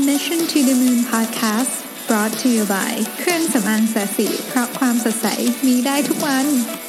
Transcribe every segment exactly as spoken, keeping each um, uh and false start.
Mission to the Moon Podcast brought to you by เครื่องสำอางแสสีเพราะความสดใสมีได้ทุกวัน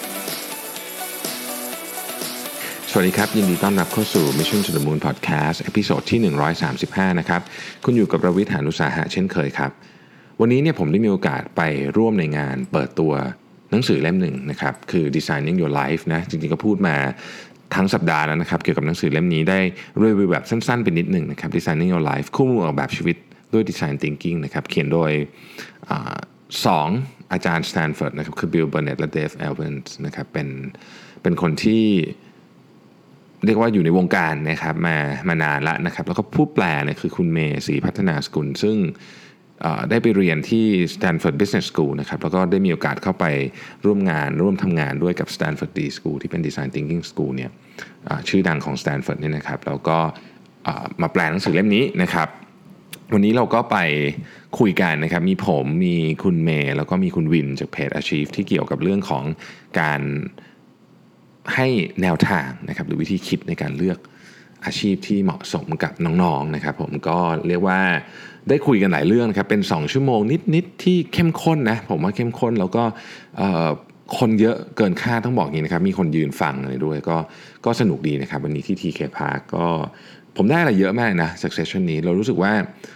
สวัสดีครับยินดีต้อนรับเข้าสู่ Mission to the Moon Podcast เอพิโซดที่หนึ่งร้อยสามสิบห้านะครับคุณอยู่กับรวิทย์ หาญอุตสาหะเช่นเคยครับวันนี้เนี่ยผมได้มีโอกาสไปร่วมในงานเปิดตัวหนังสือเล่มหนึ่งนะครับคือ Designing Your Life นะจริงๆก็พูดมาทั้งสัปดาห์แล้วนะครับเกี่ยวกับหนังสือเล่มนี้ได้รีวิวแบบสั้นๆไปนิดหนึ่งนะครับ Designing Your Life คู่มือออกแบบชีวิตด้วย Design Thinking นะครับเขียนโดยสองอาจารย์สแตนฟอร์ดนะครับคือบิล เบอร์เน็ตและเดฟ เอลเวนส์นะครับเป็นเป็นคนที่เรียกว่าอยู่ในวงการนะครับมามานานแล้วนะครับแล้วก็ผู้แปลเนี่ยคือคุณเมย์ศรีพัฒนาสกุลซึ่งได้ไปเรียนที่ Stanford Business School นะครับแล้วก็ได้มีโอกาสเข้าไปร่วมงานร่วมทำงานด้วยกับ Stanford D School ที่เป็น Design Thinking School เนี่ยชื่อดังของ Stanford เนี่ยนะครับแล้วก็มาแปลหนังสือเล่มนี้นะครับวันนี้เราก็ไปคุยกันนะครับมีผมมีคุณเมย์แล้วก็มีคุณวินจากเพจ Achieve ที่เกี่ยวกับเรื่องของการให้แนวทางนะครับหรือวิธีคิดในการเลือกอาชีพที่เหมาะสมกับน้องๆนะครับผมก็เรียกว่าได้คุยกันหลายเรื่องนะครับเป็นสองชั่วโมงนิดๆที่เข้มข้นนะผมว่าเข้มข้นแล้วก็คนเยอะเกินคาดต้องบอกอย่างนี้นะครับมีคนยืนฟังเลยด้วยก็ก็สนุกดีนะครับวันนี้ที่ ที เค Park ก็ผมได้อะไรเยอะมากนะจากเซสชั่นนี้เรารู้สึกว่า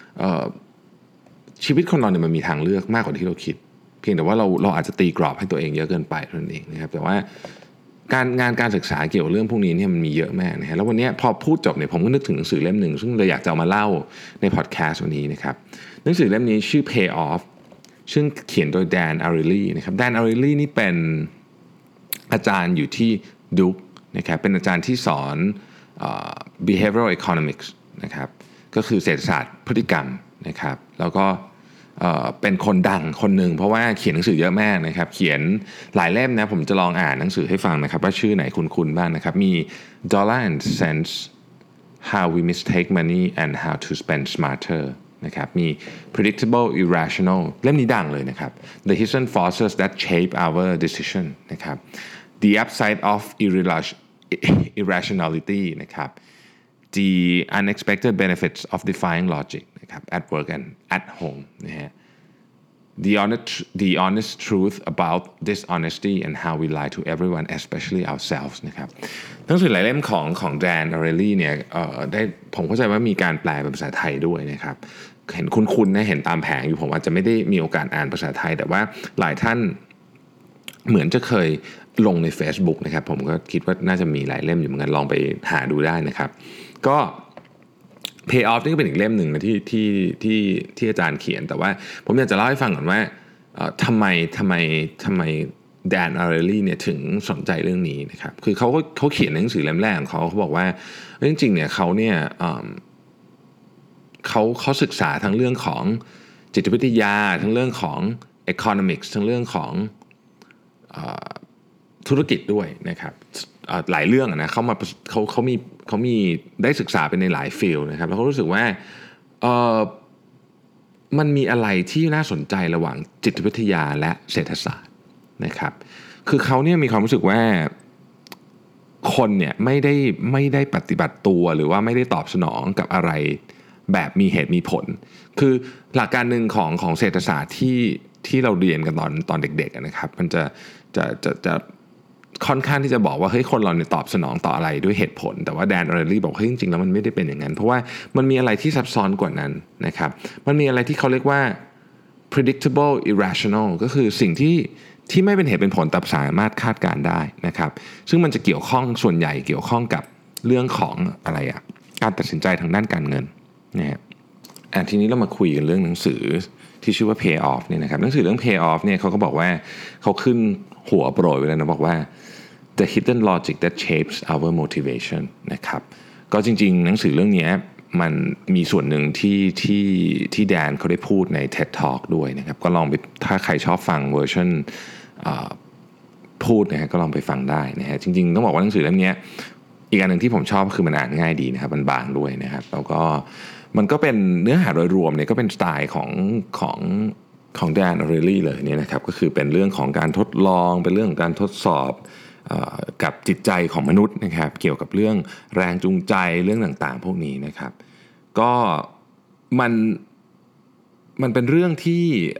ชีวิตคนเราเนี่ยมันมีทางเลือกมากกว่าที่เราคิดเพียงแต่ว่าเราเราอาจจะตีกรอบให้ตัวเองเยอะเกินไปเท่านั้นเองนะครับแต่ว่าการงานการศึกษาเกี่ยวกับเรื่องพวกนี้เนี่ยมันมีเยอะมากนะฮะแล้ววันนี้พอพูดจบเนี่ยผมก็นึกถึงหนังสือเล่มหนึ่งซึ่งเราอยากจะเอามาเล่าในพอดแคสต์วันนี้นะครับหนังสือเล่มนี้ชื่อ Pay Off ซึ่งเขียนโดยแดน อาริลี่นะครับแดน อาริลี่นี่เป็นอาจารย์อยู่ที่ดุ๊กนะครับเป็นอาจารย์ที่สอน uh, behavioral economics นะครับก็คือเศรษฐศาสตร์พฤติกรรมนะครับแล้วก็เอ่อเป็นคนดังคนหนึ่งเพราะว่าเขียนหนังสือเยอะมากนะครับเขียนหลายเล่มนะผมจะลองอ่านหนังสือให้ฟังนะครับว่าชื่อไหนคุ้นๆบ้างนะครับมี Dollar and Cents How We Mistake Money and How to Spend Smarter นะครับมี Predictable Irrational เล่มนี้ดังเลยนะครับ The Hidden Forces That Shape Our Decision นะครับ The Upside of Irrationality นะครับ The Unexpected Benefits of Defying Logic นะครับ At Work and at Home นะฮะ The honest The honest truth about dishonesty and how we lie to everyone especially ourselves นะครับหนังสือหลายเล่มของของแดน อาริลี่เนี่ยเอ่อได้ผมเข้าใจว่ามีการแปลเป็นภาษาไทยด้วยนะครับเห็นคุ้นๆนะเห็นตามแผงอยู่ผมอาจจะไม่ได้มีโอกาสอ่านภาษาไทยแต่ว่าหลายท่านเหมือนจะเคยลงใน Facebook นะครับผมก็คิดว่าน่าจะมีหลายเล่มอยู่เหมือนกันลองไปหาดูได้นะครับก็ Pay Off นี่ก็เป็นอีกเล่มหนึ่งนะที่ที่ที่ที่อาจารย์เขียนแต่ว่าผมอยากจะเล่าให้ฟังก่อนว่าทำไมทำไมทำไมแดน อาริลี่เนี่ยถึงสนใจเรื่องนี้นะครับคือเขาก็เขาเขียนหนังสือเล่มแรกของเขาเขาบอกว่าจริงๆเนี่ยเขาเนี่ยเขาเขาศึกษาทั้งเรื่องของจิตวิทยาทั้งเรื่องของ economics ทั้งเรื่องของธุรกิจด้วยนะครับหลายเรื่องนะเขามาเขาเขามีเขามีได้ศึกษาไปในหลายฟิลด์นะครับแล้วเขารู้สึกว่าเออมันมีอะไรที่น่าสนใจระหว่างจิตวิทยาและเศรษฐศาสตร์นะครับคือเขาเนี่ยมีความรู้สึกว่าคนเนี่ยไม่ได้ไม่ได้ปฏิบัติตัวหรือว่าไม่ได้ตอบสนองกับอะไรแบบมีเหตุมีผลคือหลักการหนึ่งของของเศรษฐศาสตร์ที่ที่เราเรียนกันตอนตอนเด็กๆนะครับมันจะจะจะจะค่อนข้างที่จะบอกว่าเฮ้ยคนเราเนี่ยตอบสนองต่ออะไรด้วยเหตุผลแต่ว่าแดน อาริลี่บอกเฮ้ยจริงๆแล้วมันไม่ได้เป็นอย่างนั้นเพราะว่ามันมีอะไรที่ซับซ้อนกว่านั้นนะครับมันมีอะไรที่เขาเรียกว่า predictable irrational ก็คือสิ่งที่ที่ไม่เป็นเหตุเป็นผลแต่สามารถคาดการได้นะครับซึ่งมันจะเกี่ยวข้องส่วนใหญ่เกี่ยวข้องกับเรื่องของอะไรอะการตัดสินใจทางด้านการเงินนะฮะอ่ะทีนี้เรามาคุยกันเรื่องหนังสือที่ชื่อว่า Pay Off เนี่ยนะครับหนังสือเรื่อง Pay Off เนี่ยเขาก็บอกว่าเขาขึ้นหัวโปรยไว้แล้วนะบอกว่า The hidden logic that shapes our motivation นะครับก็จริงๆหนังสือเรื่องนี้มันมีส่วนหนึ่งที่ที่ที่แดนเขาได้พูดใน ที อี ดี Talk ด้วยนะครับก็ลองไปถ้าใครชอบฟังเวอร์ชันพูดนะฮะก็ลองไปฟังได้นะฮะจริงๆต้องบอกว่าหนังสือเล่มนี้อีกอันหนึ่งที่ผมชอบคือมันอ่านง่ายดีนะครับมันบางด้วยนะครับแล้วก็มันก็เป็นเนื้อหาโดยรวมเนี่ยก็เป็นสไตล์ของของของแดน อาริลี่เลยเนี่ยนะครับก็คือเป็นเรื่องของการทดลองเป็นเรื่องของการทดสอบกับจิตใจของมนุษย์นะครับเกี่ยวกับเรื่องแรงจูงใจเรื่องต่างๆพวกนี้นะครับก็มันมันเป็นเรื่องที่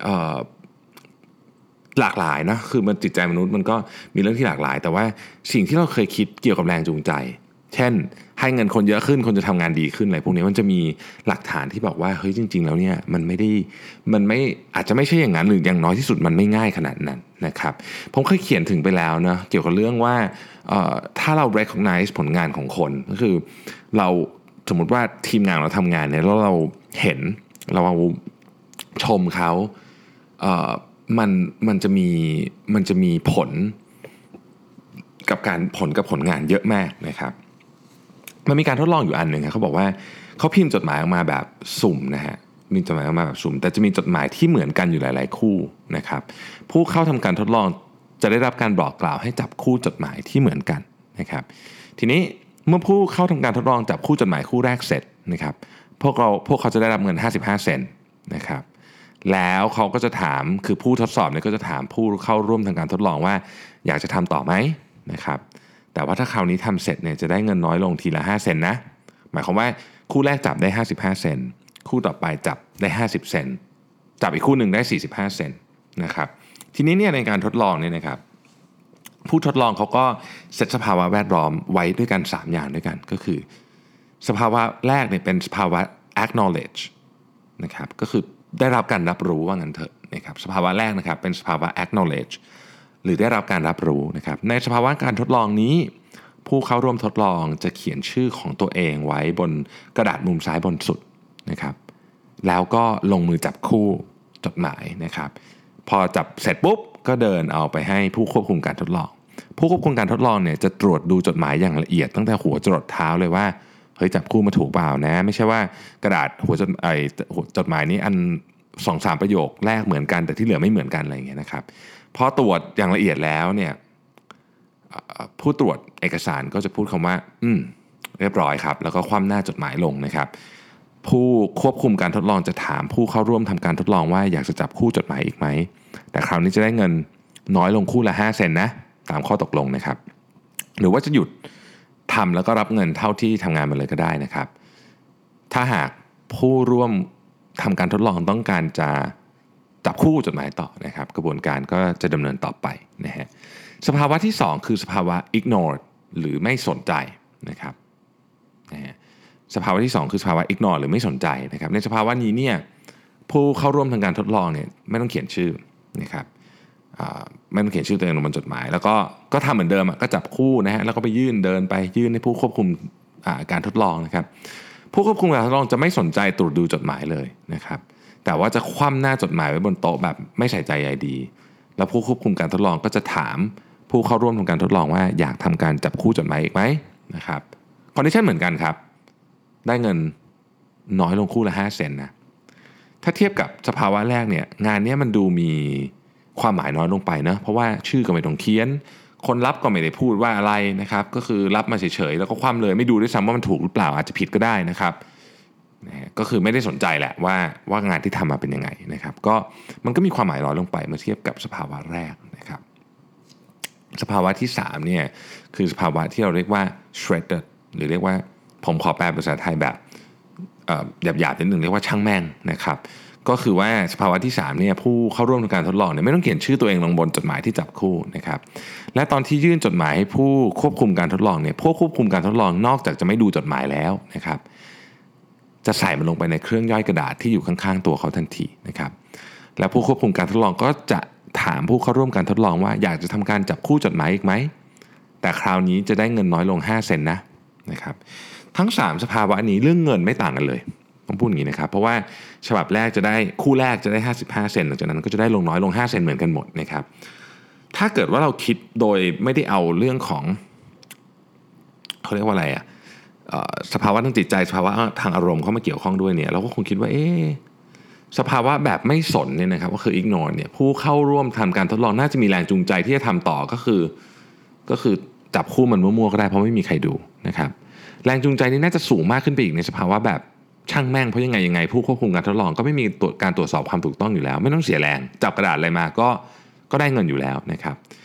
หลากหลายนะคือมันจิตใจมนุษย์มันก็มีเรื่องที่หลากหลายแต่ว่าสิ่งที่เราเคยคิดเกี่ยวกับแรงจูงใจเช่นให้เงินคนเยอะขึ้นคนจะทำงานดีขึ้นอะไรพวกนี้มันจะมีหลักฐานที่บอกว่าเฮ้ยจริงๆแล้วเนี่ยมันไม่ได้มันไม่อาจจะไม่ใช่อย่างนั้นหรืออย่างน้อยที่สุดมันไม่ง่ายขนาดนั้นนะครับผมเคยเขียนถึงไปแล้วนะเกี่ยวกับเรื่องว่าถ้าเรา recognize ผลงานของคนก็คือเราสมมติว่าทีมงานเราทำงานเนี่ยแล้วเราเห็นเราชมเขาเอ่อมันมันจะมีมันจะมีผลกับการผลกับผลงานเยอะมากนะครับมันมีการทดลองอยู่อันหนึ่งครับเขาบอกว่าเขาพิมพ์จดหมายออกมาแบบสุ่มนะฮะมีจดหมายออกมาแบบสุ่มแต่จะมีจดหมายที่เหมือนกันอยู่หลายๆคู่นะครับผู้เข้าทำการทดลองจะได้รับการบอกกล่าวให้จับคู่จดหมายที่เหมือนกันนะครับทีนี้เมื่อผู้เข้าทำการทดลองจับคู่จดหมายคู่แรกเสร็จนะครับพวกเราพวกเขาจะได้รับเงินห้าสิบห้าเซนต์นะครับแล้วเขาก็จะถามคือผู้ทดสอบเนี่ยก็จะถามผู้เข้าร่วมทางการทดลองว่าอยากจะทำต่อไหมนะครับแต่ว่าถ้าคราวนี้ทำเสร็จเนี่ยจะได้เงินน้อยลงทีละห้าเซนต์นะหมายความว่าคู่แรกจับได้ห้าสิบห้าเซนต์คู่ต่อไปจับได้ห้าสิบเซนต์จับอีกคู่หนึ่งได้สี่สิบห้าเซนต์นะครับทีนี้เนี่ยในการทดลองเนี่ยนะครับผู้ทดลองเขาก็เซตสภาวะแวดล้อมไว้ด้วยกันสามอย่างด้วยกันก็คือสภาวะแรกเนี่ยเป็นสภาวะ acknowledge นะครับก็คือได้รับการรับรู้ว่างั้นเถอะนะครับสภาวะแรกนะครับเป็นสภาวะ acknowledge หรือได้รับการรับรู้นะครับในสภาวะการทดลองนี้ผู้เข้าร่วมทดลองจะเขียนชื่อของตัวเองไว้บนกระดาษมุมซ้ายบนสุดนะครับแล้วก็ลงมือจับคู่จดหมายนะครับพอจับเสร็จปุ๊บก็เดินเอาไปให้ผู้ควบคุมการทดลองผู้ควบคุมการทดลองเนี่ยจะตรวจดูจดหมายอย่างละเอียดตั้งแต่หัวจรดเท้าเลยว่าเฮ้ยจับคู่มาถูกเปล่านะไม่ใช่ว่ากระดาษหัวจดไอ้จดหมายนี้อัน สองสาม ประโยคแรกเหมือนกันแต่ที่เหลือไม่เหมือนกันอะไรอย่างเงี้ยนะครับพอตรวจอย่างละเอียดแล้วเนี่ยผู้ตรวจเอกสารก็จะพูดคำว่าอืมเรียบร้อยครับแล้วก็คว่ำหน้าจดหมายลงนะครับผู้ควบคุมการทดลองจะถามผู้เข้าร่วมทำการทดลองว่าอยากจะจับคู่จดหมายอีกไหมแต่คราวนี้จะได้เงินน้อยลงคู่ละห้าเซนต์นะตามข้อตกลงนะครับหรือว่าจะหยุดทำแล้วก็รับเงินเท่าที่ทำงานมาเลยก็ได้นะครับถ้าหากผู้ร่วมทำการทดลองต้องการจะจับคู่จดหมายต่อนะครับกระบวนการก็จะดำเนินต่อไปนะฮะสภาวะที่สองคือสภาวะ ignore หรือไม่สนใจนะครับนะฮะสภาวะที่สองคือสภาวะ ignore หรือไม่สนใจนะครับในสภาวะนี้เนี่ยผู้เข้าร่วมทางการทดลองเนี่ยไม่ต้องเขียนชื่อนะครับไม่ต้องเขียนชื่อตัวเองลงบนจดหมายแล้วก็ก็ทำเหมือนเดิมก็จับคู่นะฮะแล้วก็ไปยื่นเดินไปยื่นให้ผู้ควบคุมการทดลองนะครับผู้ควบคุมการทดลองจะไม่สนใจตรวจดูจดหมายเลยนะครับแต่ว่าจะคว่ำหน้าจดหมายไว้บนโต๊ะแบบไม่ใส่ใจใยดีแล้วผู้ควบคุมการทดลองก็จะถามผู้เข้าร่วมทำการทดลองว่าอยากทำการจับคู่จดหมายอีกไหมนะครับคอนดิชั่นเหมือนกันครับได้เงินน้อยลงคู่ละห้าเซนต์นะถ้าเทียบกับสภาวะแรกเนี่ยงานนี้มันดูมีความหมายน้อยลงไปนะเพราะว่าชื่อก็ไม่ต้องเขียนคนรับก็ไม่ได้พูดว่าอะไรนะครับก็คือรับมาเฉยๆแล้วก็คว่ำเลยไม่ดูด้วยซ้ำว่ามันถูกหรือเปล่าอาจจะผิดก็ได้นะครับนะก็คือไม่ได้สนใจแหละว่าว่างานที่ทำมาเป็นยังไงนะครับก็มันก็มีความหมายน้อยลงไปเมื่อเทียบกับสภาวะแรกนะครับสภาวะที่สามเนี่ยคือสภาวะที่เราเรียกว่า shredded หรือเรียกว่าผมขอแปลเป็นภาษาไทยแบบหยาบๆนิดหนึ่งเรียกว่าช่างแม่งนะครับก็คือว่าสภาวะที่สามเนี่ยผู้เข้าร่วมในการทดลองเนี่ยไม่ต้องเขียนชื่อตัวเองลงบนจดหมายที่จับคู่นะครับและตอนที่ยื่นจดหมายให้ผู้ควบคุมการทดลองเนี่ยผู้ควบคุมการทดลองนอกจากจะไม่ดูจดหมายแล้วนะครับจะใส่มันลงไปในเครื่องย่อยกระดาษที่อยู่ข้างๆตัวเขาทันทีนะครับและผู้ควบคุมการทดลองก็จะถามผู้เข้าร่วมการทดลองว่าอยากจะทำการจับคู่จดหมายอีกไหมแต่คราวนี้จะได้เงินน้อยลงห้าเซนต์นะนะครับทั้งสามสภาวะนี้เรื่องเงินไม่ต่างกันเลยต้องพูดอย่างนี้นะครับเพราะว่าฉบับแรกจะได้คู่แรกจะได้ห้าสิบห้าเซนต์หลังจากนั้นก็จะได้ลงน้อยลงห้าเซนต์เหมือนกันหมดนะครับถ้าเกิดว่าเราคิดโดยไม่ได้เอาเรื่องของเขาเรียกว่าอะไรอ่ะสภาวะทางจิตใจสภาวะทางอารมณ์เข้ามาเกี่ยวข้องด้วยเนี่ยเราก็คงคิดว่าเอ๊ะสภาวะแบบไม่สนเนี่ยนะครับก็คือ ignore เนี่ยผู้เข้าร่วมทำการทดลองน่าจะมีแรงจูงใจที่จะทำต่อก็คือก็คือจับคู่มันมั่วๆก็ได้เพราะไม่มีใครดูนะครับแรงจูงใจนี้น่าจะสูงมากขึ้นไปอีกในสภาวะแบบช่างแม่งเพราะยังไงยังไงผู้ควบคุมการทดลองก็ไม่มีตัวการตรวจสอบความถูกต้องอยู่แล้วไม่ต้องเสียแรงจับกระดาษอะไรมาก็ก็ได้เงินอยู่แล้วนะครับ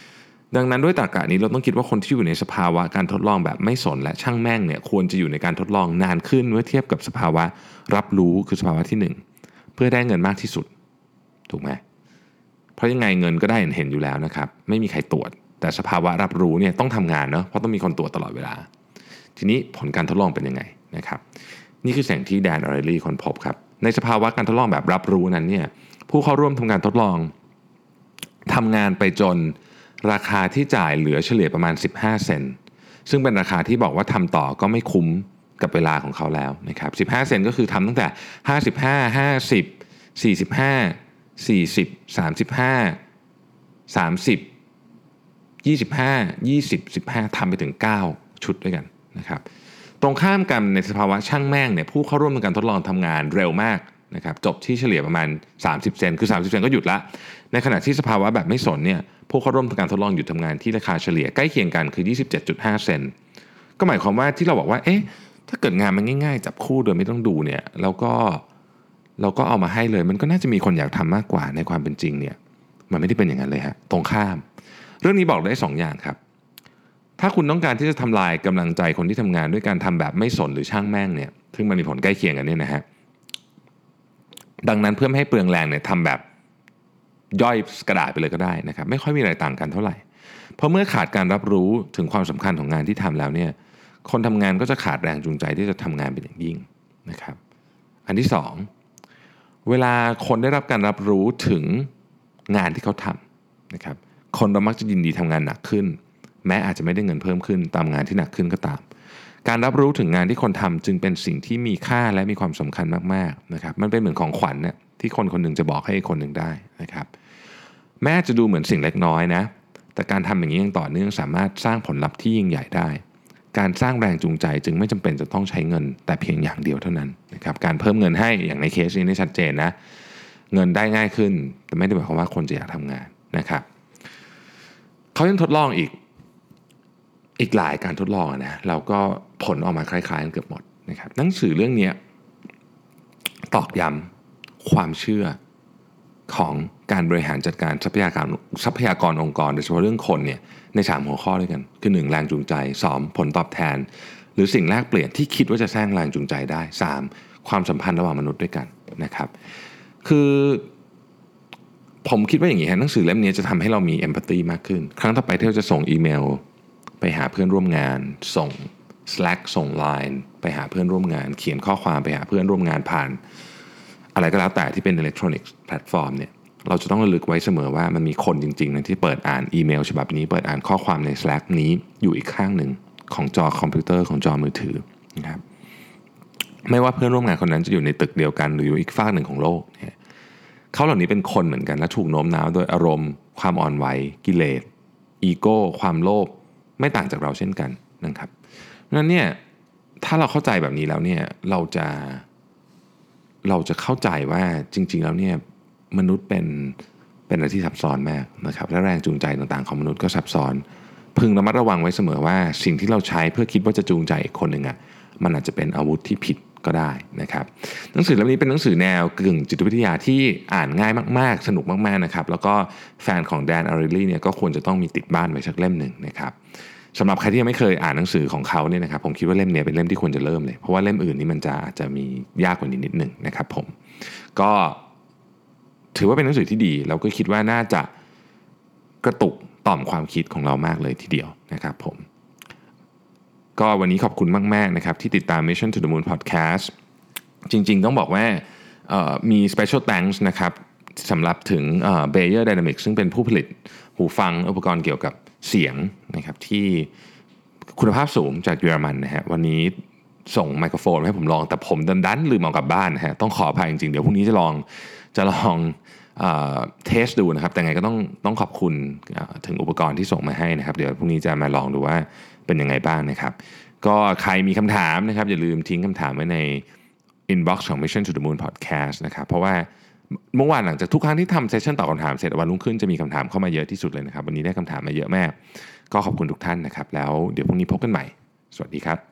ดังนั้นด้วยตรรกะนี้เราต้องคิดว่าคนที่อยู่ในสภาวะการทดลองแบบไม่สนและช่างแม่งเนี่ยควรจะอยู่ในการทดลองนานขึ้นเมื่อเทียบกับสภาวะรับรู้คือสภาวะที่หนึ่งเพื่อได้เงินมากที่สุดถูกไหมเพราะยังไงเงินก็ได้เห็นอยู่แล้วนะครับไม่มีใครตรวจแต่สภาวะรับรู้เนี่ยต้องทำงานเนาะเพราะต้องมีคนตรวจตลอดเวลาทีนี้ผลการทดลองเป็นยังไงนะครับนี่คือสิ่งที่แดนออเรลลี่ค้นพบครับในสภาวะการทดลองแบบรับรู้นั้นเนี่ยผู้เข้าร่วมทำการทดลองทำงานไปจนราคาที่จ่ายเหลือเฉลี่ยประมาณสิบห้าเซนต์ซึ่งเป็นราคาที่บอกว่าทำต่อก็ไม่คุ้มกับเวลาของเขาแล้วนะครับสิบห้าเซนต์ก็คือทำตั้งแต่ห้าสิบห้า ห้าสิบ สี่สิบห้า สี่สิบ สามสิบห้า สามสิบ ยี่สิบห้า ยี่สิบ สิบห้าทำไปถึงเก้าชุดด้วยกันนะครับตรงข้ามกันในสภาวะช่างแม่งเนี่ยผู้เข้าร่วมในการทดลองทำงานเร็วมากนะครับจบที่เฉลี่ยประมาณสามสิบเซนคือสามสิบเซนก็หยุดละในขณะที่สภาวะแบบไม่สนเนี่ยผู้เข้าร่วมการทดลองหยุดทำงานที่ราคาเฉลี่ยใกล้เคียงกันคือ ยี่สิบเจ็ดจุดห้า เซนก็หมายความว่าที่เราบอกว่าเอ๊ะถ้าเกิดงานมันง่ายๆจับคู่โดยไม่ต้องดูเนี่ยแล้วก็เราก็เอามาให้เลยมันก็น่าจะมีคนอยากทำมากกว่าในความเป็นจริงเนี่ยมันไม่ได้เป็นอย่างนั้นเลยฮะตรงข้ามเรื่องนี้บอกได้สองอย่างครับถ้าคุณต้องการที่จะทำลายกำลังใจคนที่ทำงานด้วยการทำแบบไม่สนหรือช่างแม่งเนี่ยซึ่งมันมีผลใกล้เคียงกันเนี่ยนะฮะดังนั้นเพื่อไม่ให้เปลืองแรงเนี่ยทำแบบย่อยกระดาษไปเลยก็ได้นะครับไม่ค่อยมีอะไรต่างกันเท่าไหร่เพราะเมื่อขาดการรับรู้ถึงความสำคัญของงานที่ทำแล้วเนี่ยคนทำงานก็จะขาดแรงจูงใจที่จะทำงานเป็นอย่างยิ่งนะครับอันที่สองเวลาคนได้รับการรับรู้ถึงงานที่เขาทำนะครับคนเรามักจะยินดีทำงานหนักขึ้นแม้อาจจะไม่ได้เงินเพิ่มขึ้นตามงานที่หนักขึ้นก็ตามการรับรู้ถึงงานที่คนทำจึงเป็นสิ่งที่มีค่าและมีความสำคัญมากๆนะครับมันเป็นเหมือนของขวัญเนี่ยที่คนคนหนึ่งจะบอกให้คนหนึ่งได้นะครับแม้จะดูเหมือนสิ่งเล็กน้อยนะแต่การทำอย่างนี้อย่างต่อเนื่องสามารถสร้างผลลัพธ์ที่ยิ่งใหญ่ได้การสร้างแรงจูงใจจึงไม่จำเป็นจะต้องใช้เงินแต่เพียงอย่างเดียวเท่านั้นนะครับการเพิ่มเงินให้อย่างในเคสนี้ชัดเจนนะเงินได้ง่ายขึ้นแต่ไม่ได้หมายความว่าคนจะอยากทำงานนะครับเขายังทดลองอีกอีกหลายการทดลองนะเราก็ผลออกมาคล้ายๆกันเกือบหมดนะครับหนังสือเรื่องนี้ตอกย้ำความเชื่อของการบริหารจัดการทรัพยากรทรัพยากรองค์กรโดยเฉพาะเรื่องคนเนี่ยในสามหัวข้อด้วยกันคือหนึ่งแรงจูงใจสองผลตอบแทนหรือสิ่งแลกเปลี่ยนที่คิดว่าจะสร้างแรงจูงใจได้สามความสัมพันธ์ระหว่างมนุษย์ด้วยกันนะครับคือผมคิดว่าอย่างนี้ฮะหนังสือเล่มนี้จะทำให้เรามีเอมพัตตีมากขึ้นครั้งต่อไปที่เราจะส่งอีเมลไปหาเพื่อนร่วมงานส่ง Slack ส่ง ไลน์ ไปหาเพื่อนร่วมงานเขียนข้อความไปหาเพื่อนร่วมงานผ่านอะไรก็แล้วแต่ที่เป็นอิเล็กทรอนิกส์แพลตฟอร์มเนี่ยเราจะต้องระลึกไว้เสมอว่ามันมีคนจริงๆนะที่เปิดอ่านอีเมลฉบับนี้เปิดอ่านข้อความใน Slack นี้อยู่อีกข้างหนึ่งของจอคอมพิวเตอร์ของจอมือถือนะครับไม่ว่าเพื่อนร่วมงานคนนั้นจะอยู่ในตึกเดียวกันหรืออยู่อีกฝั่งหนึ่งของโลกเนี่ยเขาเหล่านี้เป็นคนเหมือนกันและถูกโน้มน้าวโดยอารมณ์ความอ่อนไหวกิเลสอีโก้ความโลภไม่ต่างจากเราเช่นกันนะครับดังนั้นเนี่ยถ้าเราเข้าใจแบบนี้แล้วเนี่ยเราจะเราจะเข้าใจว่าจริงๆแล้วเนี่ยมนุษย์เป็นเป็นอะไรที่ซับซ้อนมากนะครับและแรงจูงใจต่างๆของมนุษย์ก็ซับซ้อนพึงระมัดระวังไว้เสมอว่าสิ่งที่เราใช้เพื่อคิดว่าจะจูงใจอีกคนหนึ่งอ่ะมันอาจจะเป็นอาวุธที่ผิดก็ได้นะครับหนังสือเล่มนี้เป็นหนังสือแนวกึ่งจิตวิทยาที่อ่านง่ายมากๆสนุกมากๆนะครับแล้วก็แฟนของแดนอาริลี่เนี่ยก็ควรจะต้องมีติดบ้านไว้สักเล่มหนึ่งนะครับสำหรับใครที่ยังไม่เคยอ่านหนังสือของเขาเนี่ยนะครับผมคิดว่าเล่มนี้เป็นเล่มที่ควรจะเริ่มเลยเพราะว่าเล่มอื่นนี่มันจะอาจจะมียากกว่านี้นิดนึงนะครับผมก็ถือว่าเป็นหนังสือที่ดีเราก็คิดว่าน่าจะกระตุกต่อมความคิดของเรามากเลยทีเดียวนะครับผมก็วันนี้ขอบคุณมากๆนะครับที่ติดตาม Mission to the Moon Podcast จริงๆต้องบอกว่ามี Special Thanks นะครับสำหรับถึง Bayer Dynamics ซึ่งเป็นผู้ผลิตหูฟังอุปกรณ์เกี่ยวกับเสียงนะครับที่คุณภาพสูงจากเยอรมันนะฮะวันนี้ส่งไมโครโฟนให้ผมลองแต่ผมดันลืมเอากลับบ้านนะฮะต้องขออภัยจริงๆเดี๋ยวพรุ่งนี้จะลองจะลองเอ่อเทสดูนะครับแต่ไงก็ต้องต้องขอบคุณถึงอุปกรณ์ที่ส่งมาให้นะครับเดี๋ยวพรุ่งนี้จะมาลองดูว่าเป็นยังไงบ้างนะครับก็ใครมีคำถามนะครับอย่าลืมทิ้งคำถามไว้ใน inbox ของ Mission to the Moon Podcast นะครับเพราะว่าเมื่อวานหลังจากทุกครั้งที่ทำเซสชั่นตอบคำถามเสร็จวันรุ่งขึ้นจะมีคำถามเข้ามาเยอะที่สุดเลยนะครับวันนี้ได้คำถามมาเยอะมากก็ขอบคุณทุกท่านนะครับแล้วเดี๋ยวพรุ่งนี้พบกันใหม่สวัสดีครับ